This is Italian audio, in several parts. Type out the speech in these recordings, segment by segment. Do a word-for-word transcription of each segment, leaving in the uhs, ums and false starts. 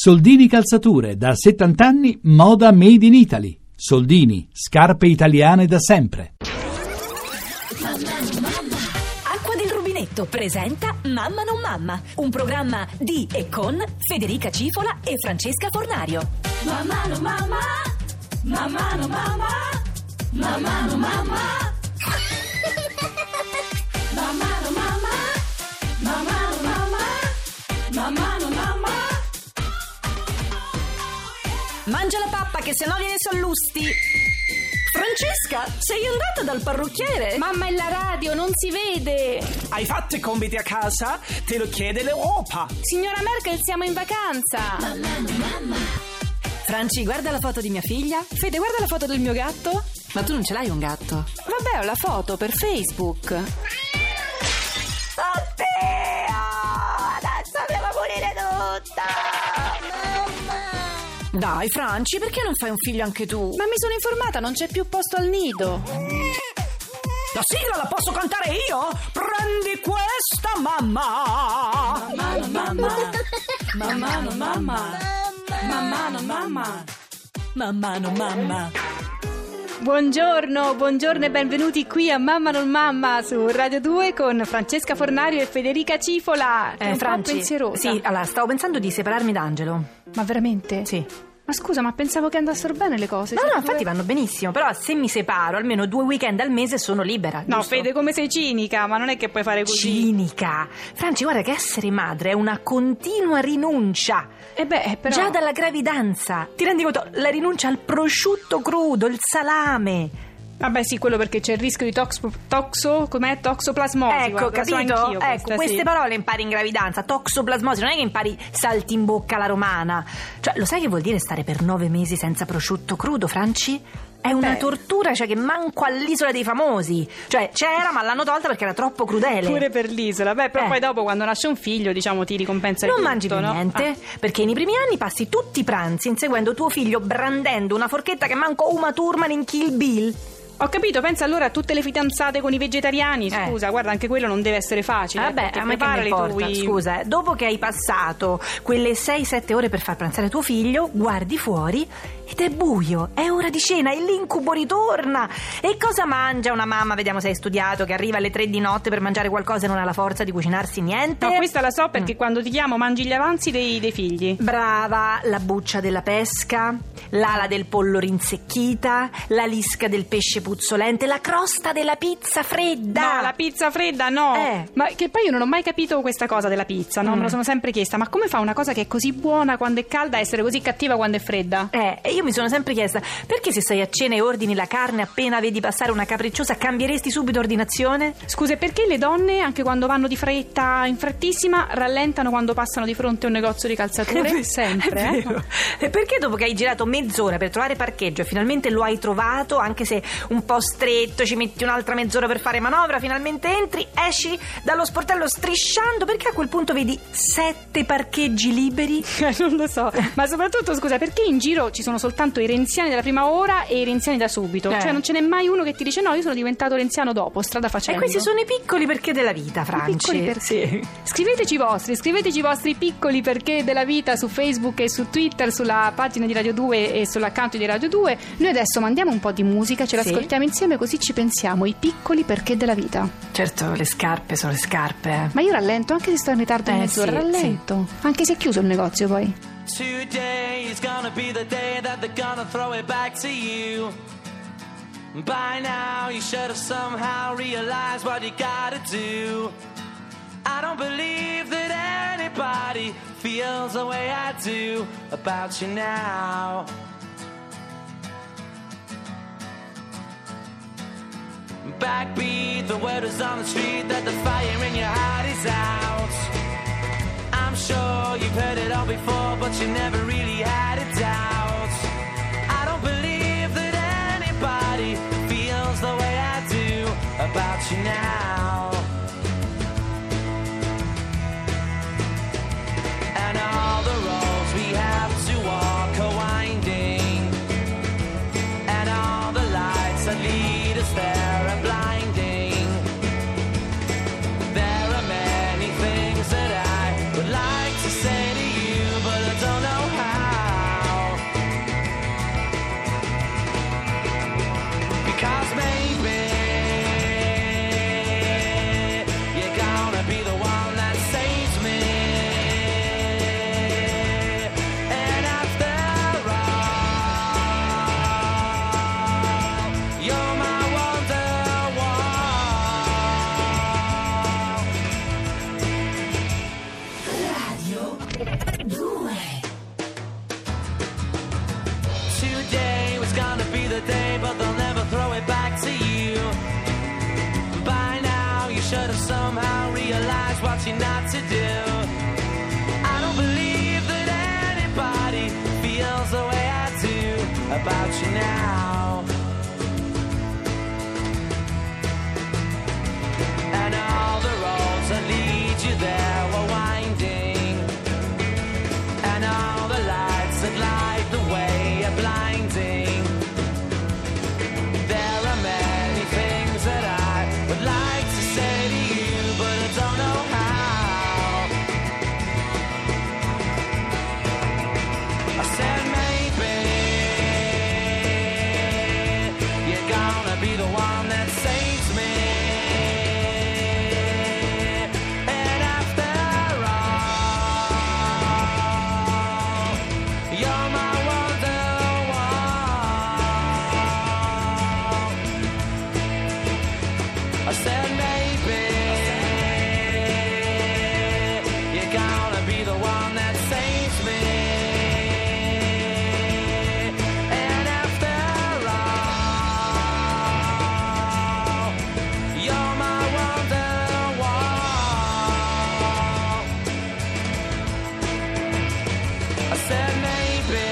Soldini Calzature, da settanta anni, moda made in Italy. Soldini, scarpe italiane da sempre. Acqua del Rubinetto presenta Mamma non mamma, un programma di e con Federica Cifola e Francesca Fornario. Mamma non mamma, mamma non mamma, mamma non mamma, mamma non mamma, mamma non mamma, mamma non mamma. Mangia la pappa che sennò viene sallusti. Francesca, sei andata dal parrucchiere? Mamma, è la radio, non si vede. Hai fatto i compiti a casa? Te lo chiede l'Europa. Signora Merkel, siamo in vacanza. Mamma, mamma. Franci, guarda la foto di mia figlia. Fede, guarda la foto del mio gatto. Ma tu non ce l'hai un gatto? Vabbè, ho la foto per Facebook. Oddio, adesso devo morire tutta. Dai, Franci, perché non fai un figlio anche tu? Ma mi sono informata, non c'è più posto al nido. La sigla la posso cantare io? Prendi questa, mamma. Mamma, mamma. Mamma, no, mamma. Mamma, no, mamma. Mamma non mamma. Buongiorno, buongiorno e benvenuti qui a Mamma non mamma su Radio due con Francesca Fornario e Federica Cifola. Eh, un Franci, po' pensierosa. sì, allora, stavo pensando di separarmi da Angelo. Ma veramente? Sì. Ma scusa, ma pensavo che andassero bene le cose. No, Siete no, due- infatti vanno benissimo, però se mi separo almeno due weekend al mese sono libera. No, giusto? Fede, come sei cinica, ma non è che puoi fare così. Cinica. Franci, guarda che essere madre è una continua rinuncia. E beh, però... Già dalla gravidanza. Ti rendi conto? La rinuncia al prosciutto crudo, il salame. Vabbè, sì, quello perché c'è il rischio di toxo... toxo com'è? Toxoplasmosi. Ecco, guarda, la so capito? anch'io Ecco, questa, queste sì. parole impari in gravidanza. Toxoplasmosi, non è che impari salti in bocca alla romana. Cioè, lo sai che vuol dire stare per nove mesi senza prosciutto crudo, Franci? È una Beh. tortura, cioè che manco all'Isola dei Famosi. Cioè, c'era, ma l'hanno tolta perché era troppo crudele. Pure per l'isola. Beh, però Eh. poi dopo quando nasce un figlio, diciamo, ti ricompensa Non di mangi tutto, più no? niente, Ah. perché nei primi anni passi tutti i pranzi inseguendo tuo figlio brandendo una forchetta che manco Uma Thurman in Kill Bill. Ho capito, pensa allora a tutte le fidanzate con i vegetariani. Eh. Scusa, guarda, anche quello non deve essere facile. Vabbè, perché a me che mi preparali importa, tu i- scusa, eh, dopo che hai passato quelle sei sette ore per far pranzare tuo figlio, guardi fuori ed è buio, è ora di cena e l'incubo ritorna. E cosa mangia una mamma, vediamo se hai studiato, che arriva alle tre di notte per mangiare qualcosa e non ha la forza di cucinarsi niente? No, questa la so perché quando ti chiamo mangi gli avanzi dei, dei figli. Brava, la buccia della pesca, l'ala del pollo rinsecchita, la lisca del pesce puzzolente, la crosta della pizza fredda. No, la pizza fredda no. Eh. Ma che poi io non ho mai capito questa cosa della pizza, no? Mm. Me lo sono sempre chiesta. Ma come fa una cosa che è così buona quando è calda a essere così cattiva quando è fredda? Eh, e io mi sono sempre chiesta, perché se sei a cena e ordini la carne appena vedi passare una capricciosa cambieresti subito ordinazione? Scusa, perché le donne, anche quando vanno di fretta, in frettissima, rallentano quando passano di fronte a un negozio di calzature? Sempre, È eh? vero. E perché dopo che hai girato mezz'ora per trovare parcheggio e finalmente lo hai trovato, anche se un po' stretto, ci metti un'altra mezz'ora per fare manovra, finalmente entri, esci dallo sportello strisciando, perché a quel punto vedi sette parcheggi liberi? Eh, non lo so, ma soprattutto scusa, perché in giro ci sono soltanto i renziani della prima ora e i renziani da subito? Eh. Cioè non ce n'è mai uno che ti dice no, io sono diventato renziano dopo, strada E facendo. questi sono i piccoli perché della vita, Franci. I piccoli perché. Sì. Scriveteci i vostri, scriveteci i vostri piccoli perché della vita su Facebook e su Twitter, sulla pagina di Radio due e sull'account di Radio due. Noi adesso mandiamo un po' di musica, ce Sì. l'ascoltiamo insieme così ci pensiamo, i piccoli perché della vita. Certo, le scarpe sono le scarpe. Ma io rallento, anche se sto in ritardo di Eh, mezz'ora, sì, rallento. Anche se è chiuso il negozio poi. Today is gonna be the day that they're gonna throw it back to you. By now you should have somehow realized what you gotta do. I don't believe that anybody feels the way I do about you now. Backbeat, the word is on the street that the fire in your heart is out. I'm sure you've heard it all before, but you never really had a doubt. I don't believe that anybody feels the way I do about you now. And all the roads we have to walk are winding, and all the lights that lead us there are blinding. There are many things that I would like to say to you, but I don't know how. about you now. And all the roads that lead you there were winding, and all the lights that light the way are blinding. There are many things that I would like to say to you, but I don't know how. I said maybe you're gonna be the one that saves me. And after all, you're my wonderwall. I said maybe you're gonna be the one that saves me. And after all, you're my wonderwall. I said maybe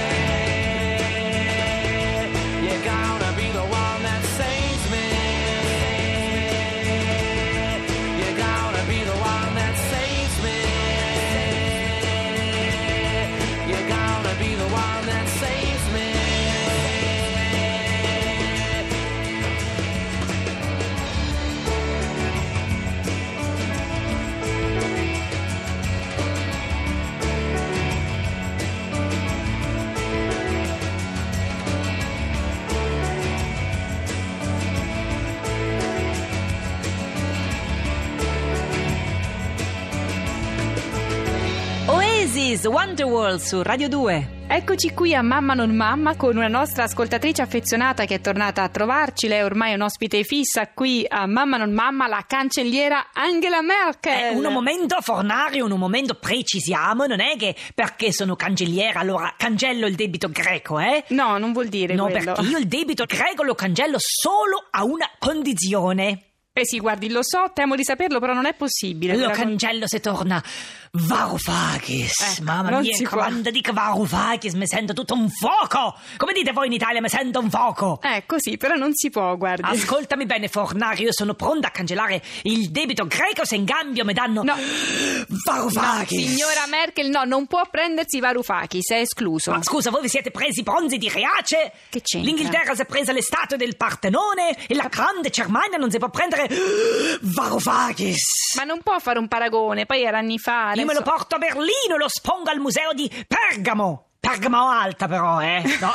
you're gonna be the one that saves me. You're gonna be the one that saves me. You're gonna be the one that saves me. Oasis, Wonderwall su Radio due. Eccoci qui a Mamma non Mamma con una nostra ascoltatrice affezionata che è tornata a trovarci. Lei ormai è un ospite fissa qui a Mamma non Mamma, la cancelliera Angela Merkel. Eh, un momento, Fornario, un momento, precisiamo, non è che perché sono cancelliera allora cancello il debito greco, eh? No, non vuol dire No, quello. perché io il debito greco lo cancello solo a una condizione. Eh sì, guardi, lo so, temo di saperlo, però non è possibile. Lo Quella con- cancello se torna Varoufakis. Ecco, Mamma non mia, si può. quando dico Varoufakis mi sento tutto un fuoco. Come dite voi in Italia, mi sento un fuoco. Eh, così, però non si può, guardi. Ascoltami bene, Fornario, io sono pronta a cancellare il debito greco se in cambio mi danno No. Varoufakis. Signora Merkel, no, non può prendersi Varoufakis, è escluso. Ma scusa, voi vi siete presi i bronzi di Riace? Che c'entra? L'Inghilterra si è presa le statue del Partenone e la grande Germania non si può prendere Varoufakis. Ma non può fare un paragone, poi era anni fa. Io me adesso- lo porto a Berlino e lo spongo al museo di Pergamo. Pergamo alta però, eh? No.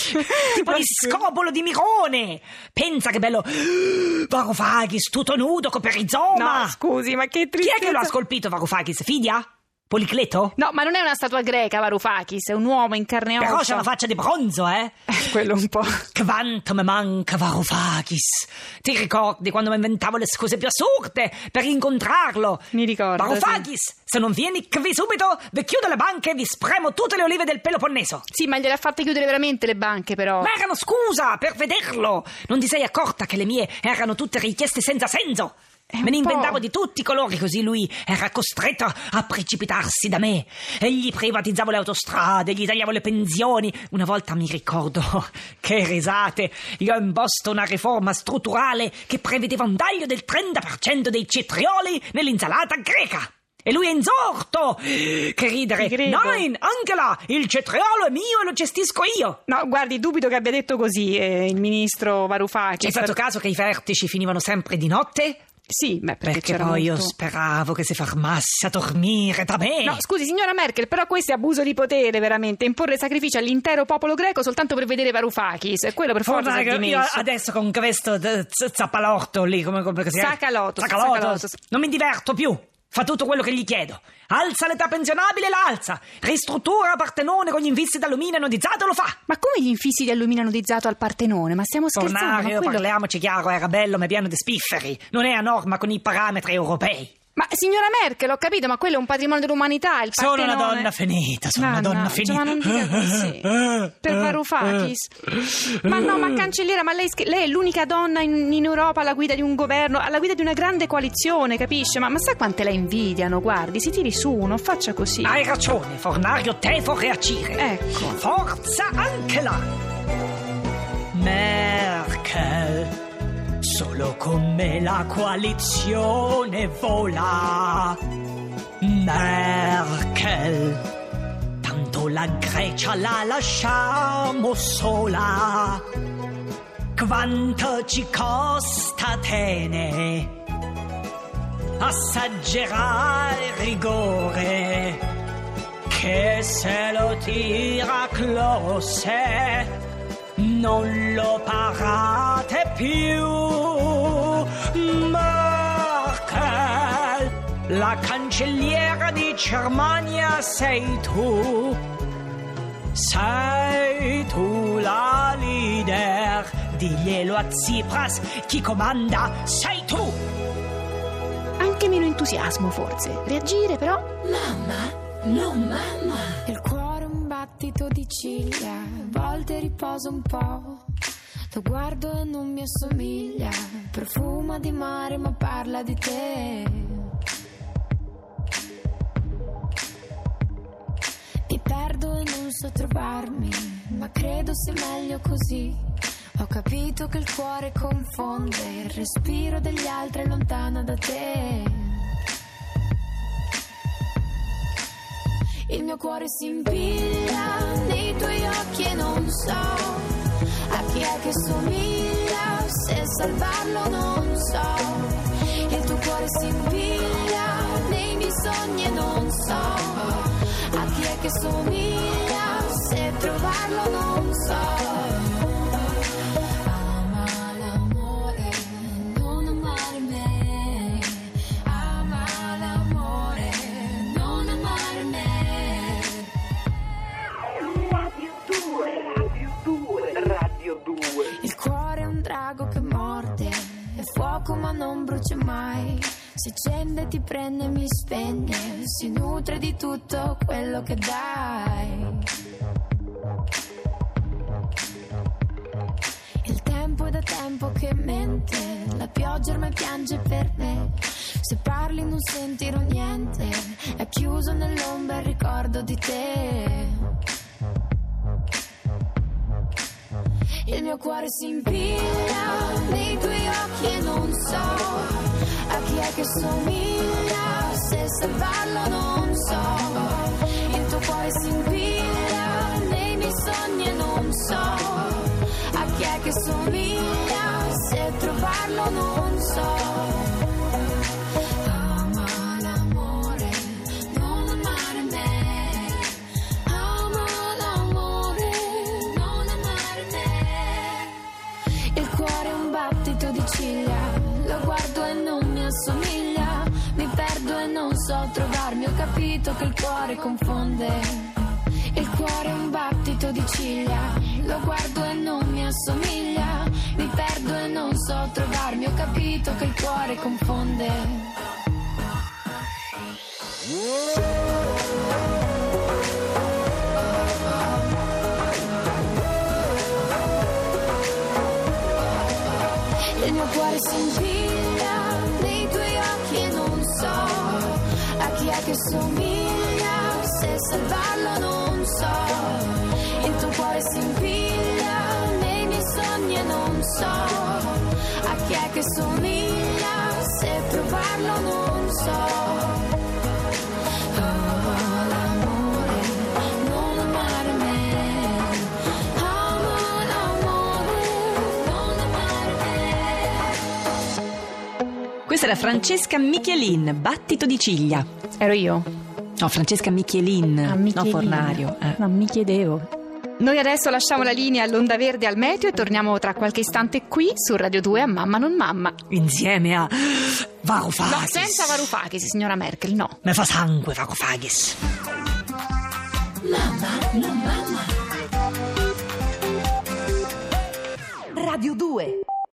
Tipo di scobolo di Mirone. Pensa che bello Varoufakis, tutto nudo, con perizoma. No, scusi, ma che Chi tristezza. è che lo ha scolpito Varoufakis? Fidia? Policleto? No, ma non è una statua greca, Varoufakis, è un uomo in carne e Però ossa. c'ha la faccia di bronzo, eh? Quello un po'. Quanto mi manca Varoufakis. Ti ricordi quando mi inventavo le scuse più assurde per incontrarlo? Mi ricordo, Varoufakis, se non vieni qui subito, vi chiudo le banche e vi spremo tutte le olive del Peloponneso. Sì, ma gliele ha fatte chiudere veramente le banche, però. Ma erano scusa per vederlo. Non ti sei accorta che le mie erano tutte richieste senza senso? È Me ne un po'. inventavo di tutti i colori, così lui era costretto a precipitarsi da me. E gli privatizzavo le autostrade, gli tagliavo le pensioni. Una volta mi ricordo, che risate, gli ho imposto una riforma strutturale che prevedeva un taglio del trenta per cento dei cetrioli nell'insalata greca. E lui è insorto! Che ridere! Ti credo. Nein, Angela, il cetriolo è mio e lo gestisco io! No, guardi, dubito che abbia detto così eh, il ministro Varoufakis. Ci hai fatto caso che i vertici finivano sempre di notte? Sì, beh, perché, Perché c'era poi io molto... speravo che si fermasse a dormire da me. No, scusi, signora Merkel, però questo è abuso di potere, veramente. Imporre sacrifici all'intero popolo greco soltanto per vedere Varoufakis. Quello per forza si è Guarda, io dimesso. adesso con questo z- z- zappalotto lì, come, come si chiama? Sacalotto, Sacalotto. Sacalotto. Non mi diverto più. Fa tutto quello che gli chiedo. Alza l'età pensionabile, la alza. Ristruttura Partenone con gli infissi d'alluminio anodizzato, lo fa. Ma come gli infissi di alluminio anodizzato al Partenone? Ma stiamo scherzando? Fornario, Ma quello- parliamoci chiaro, era bello ma pieno di spifferi. Non è a norma con i parametri europei. Ma signora Merkel, ho capito, ma quello è un patrimonio dell'umanità, il Sono Partenone. una donna finita, sono una donna Mannaggia, finita. ma non dica così. Per Varoufakis. Ma no, ma cancelliera, ma lei, sch- lei è l'unica donna in, in Europa alla guida di un governo, alla guida di una grande coalizione, capisce? Ma, ma sa quante la invidiano? Guardi, si tiri su, non faccia così. Hai ragione, Fornario, devo reagire. Ecco. Forza anche là. Merkel, solo con me la coalizione vola. Merkel, tanto la Grecia la lasciamo sola. Quanto ci costa Atene assaggerà il rigore che se lo tira Closse non lo pagate più. Merkel, la cancelliera di Germania sei tu. Sei tu la leader, diglielo a Tsipras, chi comanda sei tu. Anche meno entusiasmo forse. Reagire però. Mamma, no mamma. Il cuore un battito di ciglia, a volte riposo un po'. Lo guardo e non mi assomiglia, profuma di mare ma parla di te. Mi perdo e non so trovarmi, ma credo sia meglio così. Ho capito che il cuore confonde, il respiro degli altri è lontano da te. Il mio cuore si impiglia nei tuoi occhi e non so a chi è che somiglia, se salvarlo non so. Il tuo cuore si impiglia nei miei sogni e non so a chi è che somiglia, se trovarlo non so. Il cuore è un drago che morde, è fuoco ma non brucia mai. Si accende, ti prende e mi spegne, si nutre di tutto quello che dai. Il tempo è da tempo che mente, la pioggia ormai piange per me. Se parli non sentirò niente, è chiuso nell'ombra il ricordo di te. Il mio cuore si impiglia nei tuoi occhi e non so a chi è che somiglia, se salvarlo non so. Il tuo cuore si impiglia nei miei sogni e non so a chi è che somiglia, se trovarlo non so. Lo guardo e non mi assomiglia, mi perdo e non so trovarmi, ho capito che il cuore confonde. Il cuore è un battito di ciglia, lo guardo e non mi assomiglia, mi perdo e non so trovarmi, ho capito che il cuore confonde. Il mio cuore si impiglia nei tuoi occhi e non so a chi è che somiglia, se salvarlo non so. Il tuo cuore si impiglia nei miei sogni e non so a chi è che somiglia, se provarlo non so. Questa era Francesca Michelin, Battito di ciglia. Ero io? No, Francesca Michelin, Ah, Michelin. no Fornario. Eh. No, mi chiedevo. Noi adesso lasciamo la linea all'Onda Verde al meteo e torniamo tra qualche istante qui su Radio due a Mamma non Mamma. Insieme a Varoufakis. No, senza Varoufakis, signora Merkel, no. Me fa sangue Varoufakis. Mamma non Mamma. Radio due.